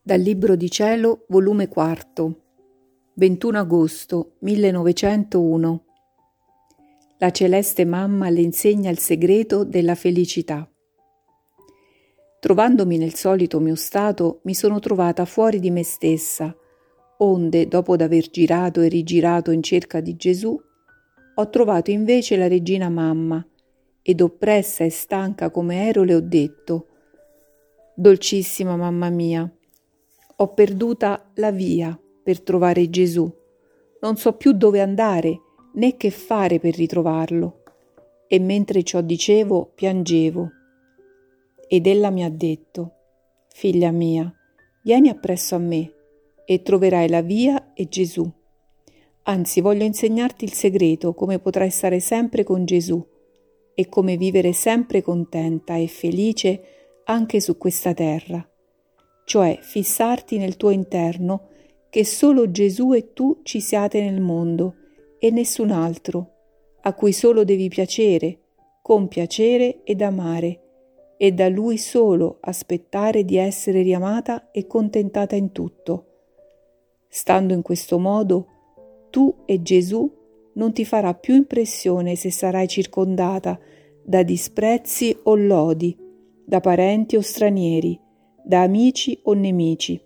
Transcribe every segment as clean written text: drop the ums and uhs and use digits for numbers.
Dal Libro di Cielo, volume 4, 21 agosto 1901. La celeste mamma le insegna il segreto della felicità. Trovandomi nel solito mio stato, mi sono trovata fuori di me stessa, onde, dopo d'aver girato e rigirato in cerca di Gesù, ho trovato invece la Regina Mamma, ed oppressa e stanca come ero le ho detto: «Dolcissima mamma mia, ho perduta la via per trovare Gesù, non so più dove andare né che fare per ritrovarlo». E mentre ciò dicevo, piangevo. Ed ella mi ha detto: «Figlia mia, vieni appresso a me e troverai la via e Gesù. Anzi, voglio insegnarti il segreto come potrai stare sempre con Gesù e come vivere sempre contenta e felice anche su questa terra, cioè fissarti nel tuo interno che solo Gesù e tu ci siate nel mondo e nessun altro, a cui solo devi piacere, compiacere ed amare, e da Lui solo aspettare di essere riamata e contentata in tutto. Stando in questo modo, tu e Gesù non ti farà più impressione se sarai circondata da disprezzi o lodi, da parenti o stranieri, da amici o nemici.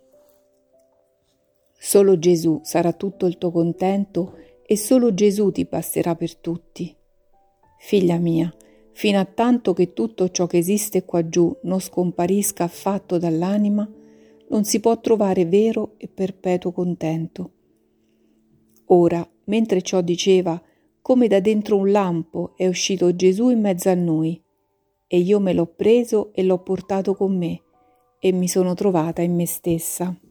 Solo Gesù sarà tutto il tuo contento e solo Gesù ti basterà per tutti. Figlia mia, fino a tanto che tutto ciò che esiste qua giù non scomparisca affatto dall'anima, non si può trovare vero e perpetuo contento». Ora, mentre ciò diceva, come da dentro un lampo è uscito Gesù in mezzo a noi, e io me l'ho preso e l'ho portato con me, e mi sono trovata in me stessa.